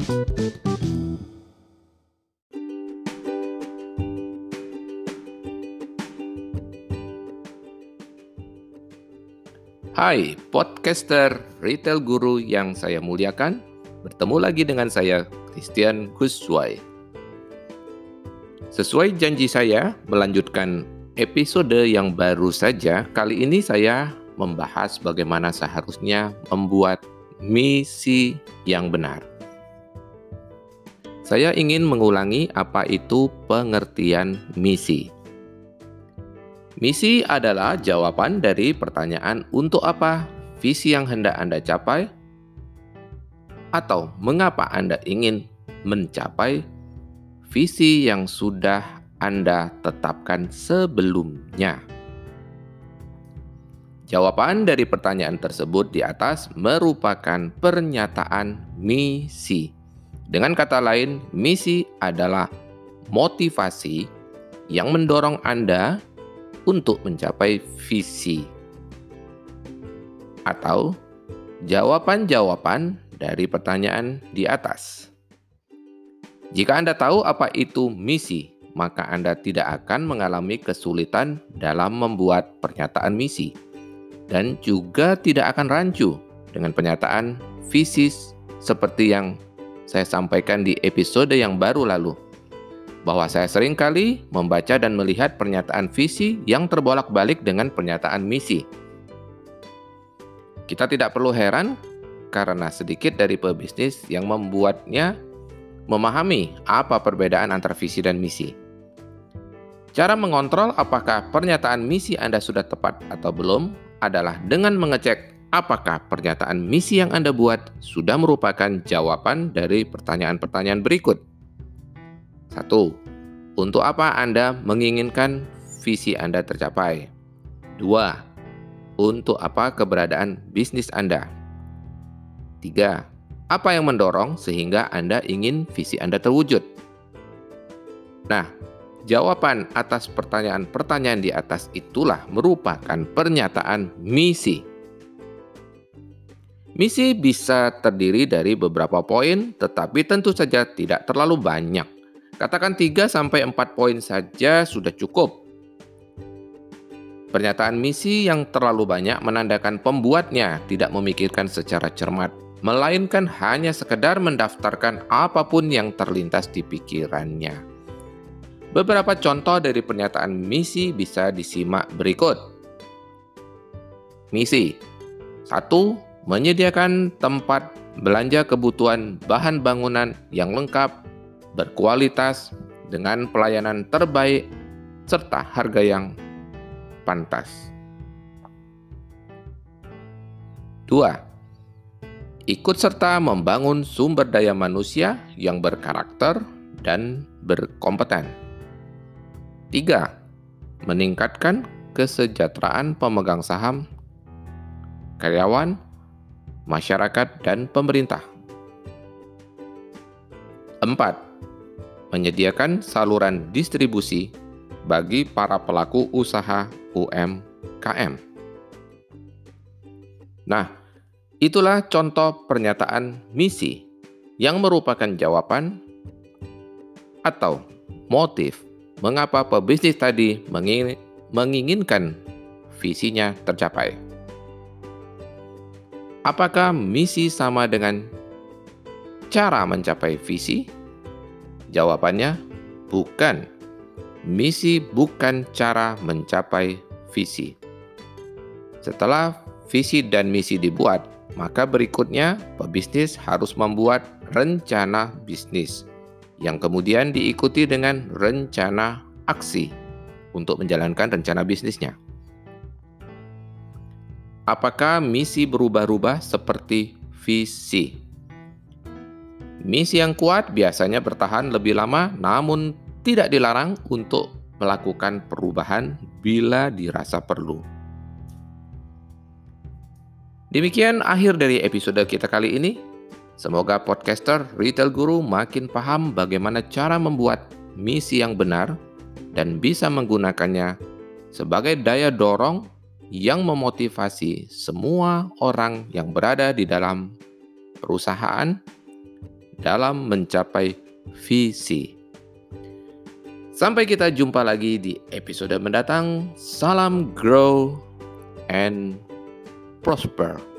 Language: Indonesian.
Hai, podcaster retail guru yang saya muliakan. Bertemu lagi dengan saya, Christian Guswai. Sesuai janji saya melanjutkan episode yang baru saja, kali ini saya membahas bagaimana seharusnya membuat misi yang benar. Saya ingin mengulangi apa itu pengertian misi. Misi adalah jawaban dari pertanyaan untuk apa visi yang hendak Anda capai atau mengapa Anda ingin mencapai visi yang sudah Anda tetapkan sebelumnya. Jawaban dari pertanyaan tersebut di atas merupakan pernyataan misi. Dengan kata lain, misi adalah motivasi yang mendorong Anda untuk mencapai visi atau jawaban-jawaban dari pertanyaan di atas. Jika Anda tahu apa itu misi, maka Anda tidak akan mengalami kesulitan dalam membuat pernyataan misi dan juga tidak akan rancu dengan pernyataan visi seperti yang saya sampaikan di episode yang baru lalu, bahwa saya seringkali membaca dan melihat pernyataan visi yang terbolak-balik dengan pernyataan misi. Kita tidak perlu heran karena sedikit dari pebisnis yang membuatnya memahami apa perbedaan antara visi dan misi. Cara mengontrol apakah pernyataan misi Anda sudah tepat atau belum adalah dengan mengecek apakah pernyataan misi yang Anda buat sudah merupakan jawaban dari pertanyaan-pertanyaan berikut. 1. Untuk apa Anda menginginkan visi Anda tercapai? 2. Untuk apa keberadaan bisnis Anda? 3. Apa yang mendorong sehingga Anda ingin visi Anda terwujud? Nah, jawaban atas pertanyaan-pertanyaan di atas itulah merupakan pernyataan misi. Misi bisa terdiri dari beberapa poin, tetapi tentu saja tidak terlalu banyak. Katakan 3-4 poin saja sudah cukup. Pernyataan misi yang terlalu banyak menandakan pembuatnya tidak memikirkan secara cermat, melainkan hanya sekedar mendaftarkan apapun yang terlintas di pikirannya. Beberapa contoh dari pernyataan misi bisa disimak berikut. Misi 1. Menyediakan tempat belanja kebutuhan bahan bangunan yang lengkap, berkualitas, dengan pelayanan terbaik, serta harga yang pantas. 2. Ikut serta membangun sumber daya manusia yang berkarakter dan berkompeten. 3. Meningkatkan kesejahteraan pemegang saham, karyawan, masyarakat, dan pemerintah. 4. Menyediakan saluran distribusi bagi para pelaku usaha UMKM. Nah, itulah contoh pernyataan misi yang merupakan jawaban atau motif mengapa pebisnis tadi menginginkan visinya tercapai. Apakah misi sama dengan cara mencapai visi? Jawabannya, bukan. Misi bukan cara mencapai visi. Setelah visi dan misi dibuat, maka berikutnya pebisnis harus membuat rencana bisnis yang kemudian diikuti dengan rencana aksi untuk menjalankan rencana bisnisnya. Apakah misi berubah-ubah seperti visi? Misi yang kuat biasanya bertahan lebih lama, namun tidak dilarang untuk melakukan perubahan bila dirasa perlu. Demikian akhir dari episode kita kali ini. Semoga podcaster Retail Guru makin paham bagaimana cara membuat misi yang benar dan bisa menggunakannya sebagai daya dorong yang memotivasi semua orang yang berada di dalam perusahaan dalam mencapai visi. Sampai kita jumpa lagi di episode mendatang. Salam grow and prosper.